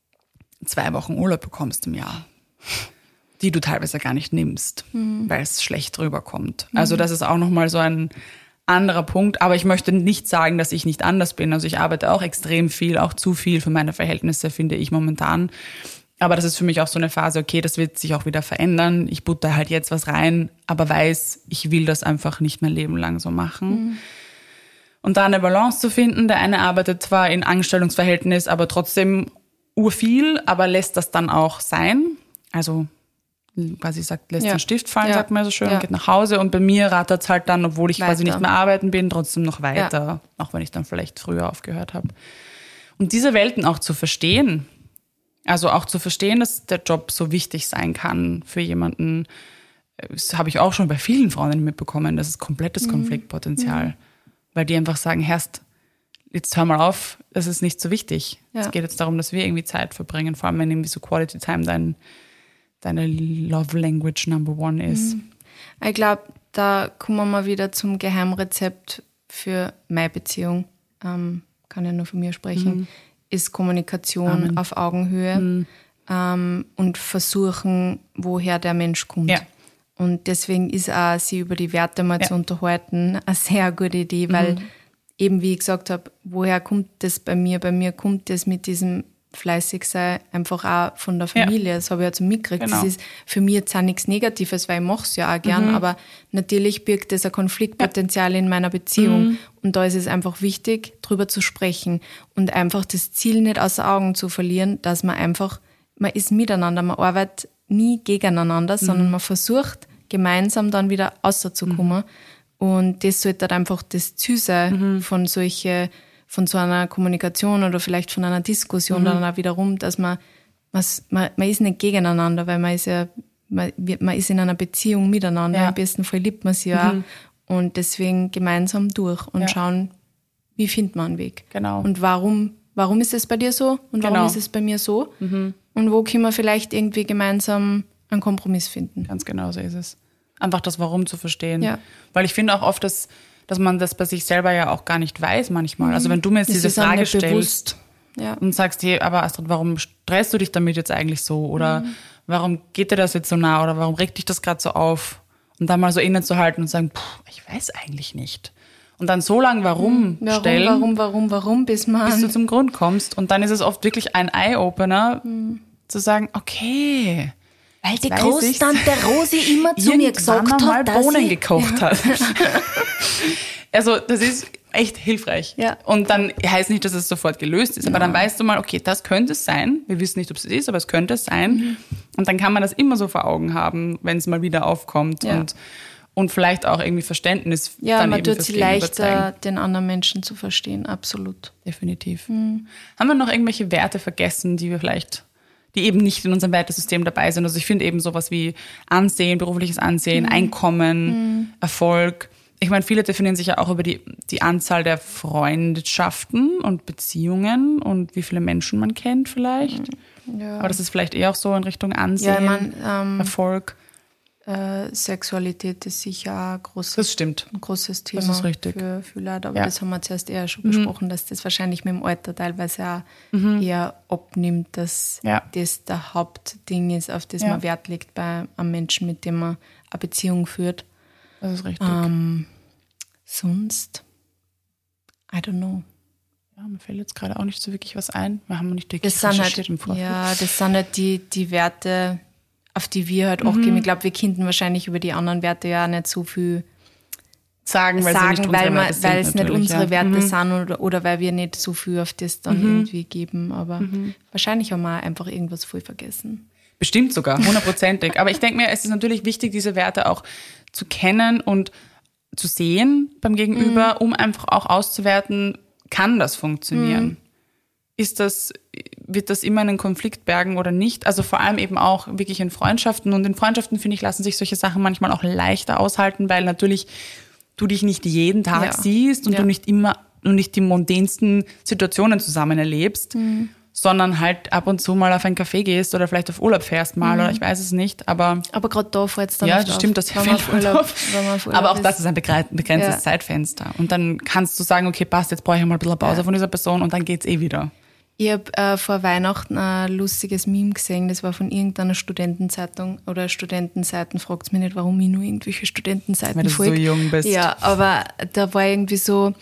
zwei Wochen Urlaub bekommst im Jahr, die du teilweise gar nicht nimmst, mhm. weil es schlecht rüberkommt. Mhm. Also das ist auch nochmal so ein anderer Punkt, aber ich möchte nicht sagen, dass ich nicht anders bin. Also ich arbeite auch extrem viel, auch zu viel für meine Verhältnisse, finde ich momentan. Aber das ist für mich auch so eine Phase, okay, das wird sich auch wieder verändern. Ich butter halt jetzt was rein, aber weiß, ich will das einfach nicht mein Leben lang so machen. Mhm. Und da eine Balance zu finden, der eine arbeitet zwar in Angestellungsverhältnis, aber trotzdem urviel, aber lässt das dann auch sein. Also quasi sagt, lässt ja. den Stift fallen, ja. sagt man so schön, ja. geht nach Hause. Und bei mir rattert es halt dann, obwohl ich weiter. quasi nicht mehr arbeiten bin, trotzdem noch weiter, ja. auch wenn ich dann vielleicht früher aufgehört habe. Und diese Welten auch zu verstehen, also auch zu verstehen, dass der Job so wichtig sein kann für jemanden, das habe ich auch schon bei vielen Frauen mitbekommen, das ist komplettes mhm. Konfliktpotenzial. Mhm. Weil die einfach sagen, Herrst, jetzt hör mal auf, das ist nicht so wichtig. Ja. Es geht jetzt darum, dass wir irgendwie Zeit verbringen, vor allem wenn irgendwie so Quality Time dein deine Love Language Number One ist. Ich glaube, da kommen wir wieder zum Geheimrezept für meine Beziehung, ähm, kann ja nur von mir sprechen, mhm. ist Kommunikation Amen. Auf Augenhöhe mhm. ähm, und versuchen, woher der Mensch kommt. Ja. Und deswegen ist auch, sie über die Werte mal ja. zu unterhalten, eine sehr gute Idee, weil mhm. eben, wie ich gesagt habe, woher kommt das bei mir? Bei mir kommt das mit diesem fleißig sein, einfach auch von der Familie. Ja. Das habe ich ja so mitgekriegt. Genau. Das ist für mich jetzt auch nichts Negatives, weil ich mache es ja auch gern, mhm. aber natürlich birgt das ein Konfliktpotenzial ja. in meiner Beziehung. Mhm. Und da ist es einfach wichtig, drüber zu sprechen und einfach das Ziel nicht außer Augen zu verlieren, dass man einfach, man ist miteinander, man arbeitet nie gegeneinander, mhm. sondern man versucht, gemeinsam dann wieder rauszukommen. Mhm. Und das sollte halt einfach das Ziel sein mhm. von solchen von so einer Kommunikation oder vielleicht von einer Diskussion mhm. dann auch wiederum, dass man, man, man ist nicht gegeneinander, weil man ist ja, man, man ist in einer Beziehung miteinander, ja. im besten Fall liebt man sie ja mhm. auch und deswegen gemeinsam durch und ja. schauen, wie findet man einen Weg. Genau. Und warum, warum ist es bei dir so und warum genau. ist es bei mir so mhm. und wo können wir vielleicht irgendwie gemeinsam einen Kompromiss finden. Ganz genau so ist es. Einfach das Warum zu verstehen. Ja. Weil ich finde auch oft, dass dass man das bei sich selber ja auch gar nicht weiß manchmal. Also wenn du mir jetzt diese Frage stellst ja. und sagst, hey, aber Astrid, warum stresst du dich damit jetzt eigentlich so? Oder mhm. warum geht dir das jetzt so nah? Oder warum regt dich das gerade so auf? Und dann mal so innezuhalten und sagen, ich weiß eigentlich nicht. Und dann so lange warum, warum stellen, warum, warum, warum, bis man bis du zum Grund kommst. Und dann ist es oft wirklich ein Eye-Opener, mhm. zu sagen, okay, weil die Großtante Rosi immer zu mir gesagt hat, mal dass Bohnen sie gekocht ja. hat. Also das ist echt hilfreich. Ja. Und dann heißt nicht, dass es sofort gelöst ist, aber ja. dann weißt du mal, okay, das könnte es sein. Wir wissen nicht, ob es ist, aber es könnte es sein. Mhm. Und dann kann man das immer so vor Augen haben, wenn es mal wieder aufkommt. Ja. Und, und vielleicht auch irgendwie Verständnis. Ja, dann man eben tut fürs es Gegenüber leichter, zeigen. den anderen Menschen zu verstehen, absolut. Definitiv. Mhm. Haben wir noch irgendwelche Werte vergessen, die wir vielleicht die eben nicht in unserem Wertesystem dabei sind. Also ich finde eben sowas wie Ansehen, berufliches Ansehen, mhm. Einkommen, mhm. Erfolg. Ich meine, viele definieren sich ja auch über die, die Anzahl der Freundschaften und Beziehungen und wie viele Menschen man kennt vielleicht. Ja. Aber das ist vielleicht eher auch so in Richtung Ansehen, ja, ich mein, ähm, Erfolg. Äh, Sexualität ist sicher ein großes, das stimmt. ein großes Thema das ist richtig. Für, für Leute. Aber ja. das haben wir zuerst eher schon mhm. besprochen, dass das wahrscheinlich mit dem Alter teilweise auch mhm. eher abnimmt, dass ja. das der Hauptding ist, auf das ja. man Wert legt bei einem Menschen, mit dem man eine Beziehung führt. Das ist richtig. Ähm, sonst, I don't know. Ja, mir fällt jetzt gerade auch nicht so wirklich was ein. Wir haben nicht wirklich das recherchiert halt, im Vorfeld. Ja, das sind halt die, die Werte, auf die wir halt auch mhm. gehen. Ich glaube, wir könnten wahrscheinlich über die anderen Werte ja nicht so viel sagen, weil, sagen, sie nicht weil, unsere man, Werte weil es nicht unsere ja. Werte mhm. sind oder, oder weil wir nicht so viel auf das dann mhm. irgendwie geben. Aber mhm. wahrscheinlich haben wir einfach irgendwas voll vergessen. Bestimmt sogar, hundertprozentig. Aber ich denke mir, es ist natürlich wichtig, diese Werte auch zu kennen und zu sehen beim Gegenüber, mhm. um einfach auch auszuwerten, kann das funktionieren? Mhm. Ist das, wird das immer einen Konflikt bergen oder nicht? Also vor allem eben auch wirklich in Freundschaften. Und in Freundschaften, finde ich, lassen sich solche Sachen manchmal auch leichter aushalten, weil natürlich du dich nicht jeden Tag ja. siehst und ja. du nicht immer und nicht die mondänsten Situationen zusammen erlebst, mhm. sondern halt ab und zu mal auf einen Café gehst oder vielleicht auf Urlaub fährst mal mhm. oder ich weiß es nicht. Aber, aber gerade da fällt es dann ja, nicht das stimmt, auf, das fällt voll Urlaub, auf. Aber auch ist. Das ist ein begrenztes ja. Zeitfenster. Und dann kannst du sagen, okay, passt, jetzt brauche ich mal ein bisschen Pause ja. von dieser Person und dann geht's eh wieder. Ich habe äh, vor Weihnachten ein lustiges Meme gesehen, das war von irgendeiner Studentenzeitung oder Studentenseiten. Fragt mich nicht, warum ich nur irgendwelche Studentenseiten folge. Weil du so jung bist. Ja, aber da war irgendwie so,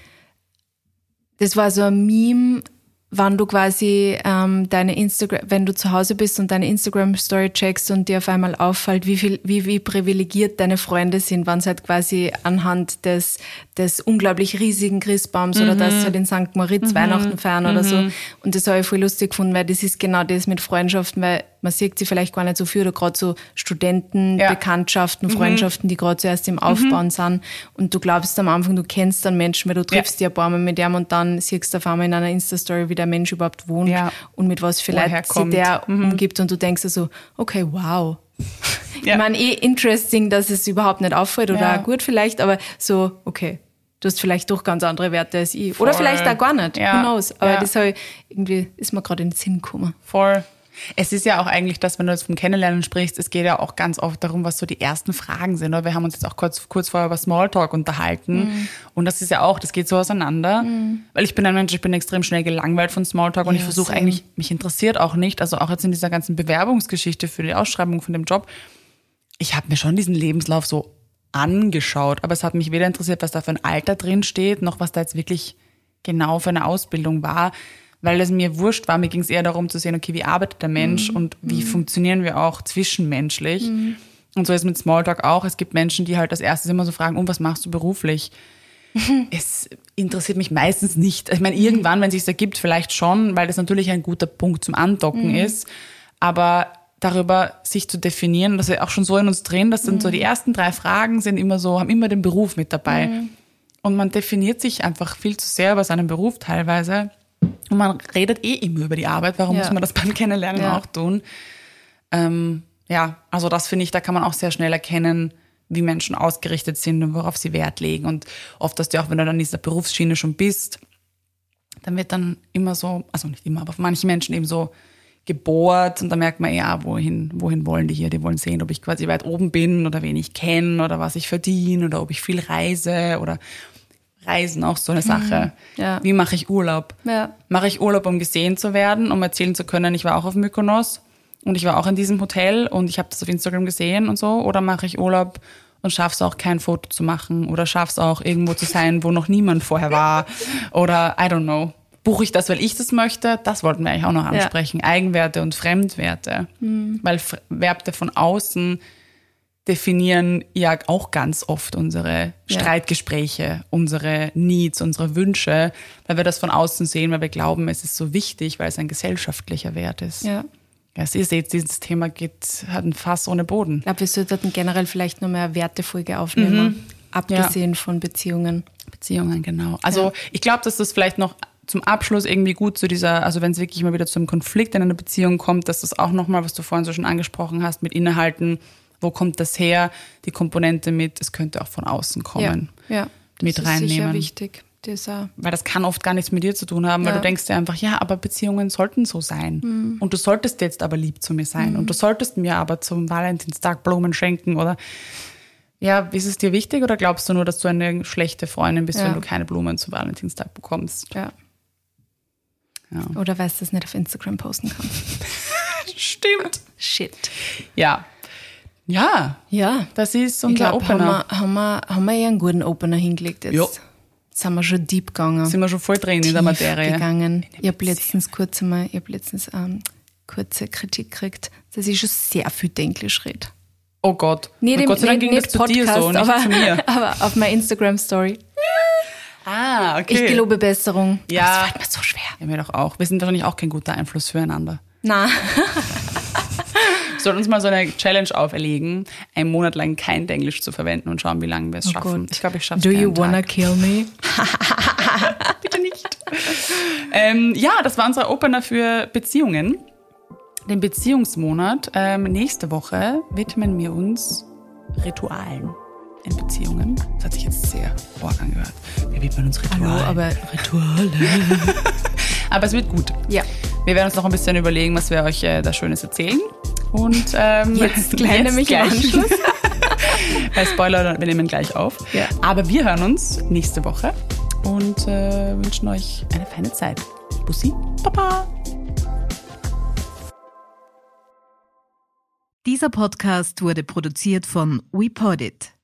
das war so ein Meme, wann du quasi ähm, deine Instagram, wenn du zu Hause bist und deine Instagram-Story checkst und dir auf einmal auffällt, wie viel, wie, wie privilegiert deine Freunde sind, wenn es halt quasi anhand des, des unglaublich riesigen Christbaums mhm. oder dass sie halt in Sankt Moritz mhm. Weihnachten feiern mhm. oder so. Und das habe ich voll lustig gefunden, weil das ist genau das mit Freundschaften, weil man sieht sie vielleicht gar nicht so viel oder gerade so Studenten, ja. Bekanntschaften, Freundschaften, mhm. die gerade zuerst im Aufbauen mhm. sind. Und du glaubst am Anfang, du kennst einen Menschen, weil du triffst ja. dich ein paar Mal mit dem und dann siehst du auf einmal in einer Insta-Story, wie der Mensch überhaupt wohnt ja. und mit was für Leuten sich der mhm. umgibt. Und du denkst so, also, okay, wow. Ja. Ich meine, eh interesting, dass es überhaupt nicht auffällt oder ja. auch gut vielleicht, aber so, okay. Du hast vielleicht doch ganz andere Werte als ich. Voll. Oder vielleicht auch gar nicht. Ja. Who knows? Aber ja. das habe ich, irgendwie ist mir gerade in den Sinn gekommen. Voll. Es ist ja auch eigentlich das, wenn du jetzt vom Kennenlernen sprichst, es geht ja auch ganz oft darum, was so die ersten Fragen sind. Wir haben uns jetzt auch kurz, kurz vorher über Smalltalk unterhalten. Mhm. Und das ist ja auch, das geht so auseinander. Mhm. Weil ich bin ein Mensch, ich bin extrem schnell gelangweilt von Smalltalk. Und ja, ich versuche eigentlich, mich interessiert auch nicht, also auch jetzt in dieser ganzen Bewerbungsgeschichte für die Ausschreibung von dem Job, ich habe mir schon diesen Lebenslauf so angeschaut. Aber es hat mich weder interessiert, was da für ein Alter drin steht, noch was da jetzt wirklich genau für eine Ausbildung war. Weil es mir wurscht war, mir ging es eher darum zu sehen, okay, wie arbeitet der Mensch mhm. und wie mhm. funktionieren wir auch zwischenmenschlich. Mhm. Und so ist es mit Smalltalk auch. Es gibt Menschen, die halt als erstes immer so fragen, oh, was machst du beruflich? Mhm. Es interessiert mich meistens nicht. Ich meine, irgendwann, wenn es sich ergibt, vielleicht schon, weil das natürlich ein guter Punkt zum Andocken mhm. ist. Aber darüber sich zu definieren, das ist ja auch schon so in uns drin, das sind mhm. so die ersten drei Fragen, sind immer so, haben immer den Beruf mit dabei. Mhm. Und man definiert sich einfach viel zu sehr über seinen Beruf teilweise. Und man redet eh immer über die Arbeit. Warum ja. muss man das beim Kennenlernen ja. auch tun? Ähm, ja, also das finde ich, da kann man auch sehr schnell erkennen, wie Menschen ausgerichtet sind und worauf sie Wert legen. Und oft hast du auch, wenn du dann in dieser Berufsschiene schon bist, dann wird dann immer so, also nicht immer, aber von manchen Menschen eben so gebohrt und da merkt man, ja, wohin, wohin wollen die hier? Die wollen sehen, ob ich quasi weit oben bin oder wen ich kenne oder was ich verdiene oder ob ich viel reise oder Reisen auch so eine Sache. Mhm, ja. Wie mache ich Urlaub? Ja. Mache ich Urlaub, um gesehen zu werden, um erzählen zu können, ich war auch auf Mykonos und ich war auch in diesem Hotel und ich habe das auf Instagram gesehen und so? Oder mache ich Urlaub und schaff's auch, kein Foto zu machen oder schaff's auch, irgendwo zu sein, wo noch niemand vorher war oder I don't know. Buche ich das, weil ich das möchte? Das wollten wir eigentlich auch noch ansprechen. Ja. Eigenwerte und Fremdwerte. Mhm. Weil Werte von außen definieren ja auch ganz oft unsere ja. Streitgespräche, unsere Needs, unsere Wünsche, weil wir das von außen sehen, weil wir glauben, es ist so wichtig, weil es ein gesellschaftlicher Wert ist. Ja. Also ihr seht, dieses Thema geht, hat ein Fass ohne Boden. Ich glaube, wir sollten generell vielleicht noch mehr eine Wertefolge aufnehmen, mhm. abgesehen ja. von Beziehungen. Beziehungen, genau. Also ja. ich glaube, dass das vielleicht noch zum Abschluss irgendwie gut zu dieser, also wenn es wirklich mal wieder zu einem Konflikt in einer Beziehung kommt, dass das auch nochmal, was du vorhin so schon angesprochen hast, mit innehalten, wo kommt das her, die Komponente mit, es könnte auch von außen kommen, ja, ja. Das mit ist reinnehmen. sicher wichtig. Das auch. Weil das kann oft gar nichts mit dir zu tun haben, weil Ja. du denkst dir einfach, ja, aber Beziehungen sollten so sein. Mhm. Und du solltest jetzt aber lieb zu mir sein. Mhm. Und du solltest mir aber zum Valentinstag Blumen schenken oder ja, ist es dir wichtig oder glaubst du nur, dass du eine schlechte Freundin bist, Ja. wenn du keine Blumen zum Valentinstag bekommst? Ja. Ja. Oder weißt du, das nicht auf Instagram posten kann. Stimmt. Shit. Ja. Ja, Ja. das ist Ich unser glaube, haben Opener. wir, haben, wir, haben wir eher einen guten Opener hingelegt jetzt. Ja. Sind wir schon deep gegangen. Sind wir schon voll drin in der Tief Materie. gegangen. Ich habe letztens kurz einmal, ich habe letztens ähm, kurze Kritik gekriegt, dass ich schon sehr viel Englisch rede. Oh Gott. Nicht Und im Gott sei Dank nicht, ging nicht das zu dir so, nicht aber, zu mir. aber auf meiner Instagram-Story. Ah, okay. Ich gelobe Besserung. Ja. Aber es fällt mir so schwer. Ja, mir doch auch. Wir sind wahrscheinlich auch kein guter Einfluss füreinander. Na, Wir sollten uns mal so eine Challenge auferlegen, einen Monat lang kein Englisch zu verwenden und schauen, wie lange wir es schaffen. Gott. Ich glaube, ich schaffe es do you keinen wanna Tag. kill me? Bitte nicht. ähm, ja, das war unser Opener für Beziehungen. Den Beziehungsmonat. Ähm, nächste Woche widmen wir uns Ritualen in Beziehungen. Das hat sich jetzt sehr arg angehört. Wir widmen uns Ritualen. Hallo, aber Rituale. Aber es wird gut. Ja. Wir werden uns noch ein bisschen überlegen, was wir euch äh, da Schönes erzählen. Und ähm, Jetzt gleich nämlich im Anschluss. Weil Spoiler, wir nehmen gleich auf. Ja. Aber wir hören uns nächste Woche und äh, wünschen euch eine feine Zeit. Bussi, Baba. Dieser Podcast wurde produziert von WePodit.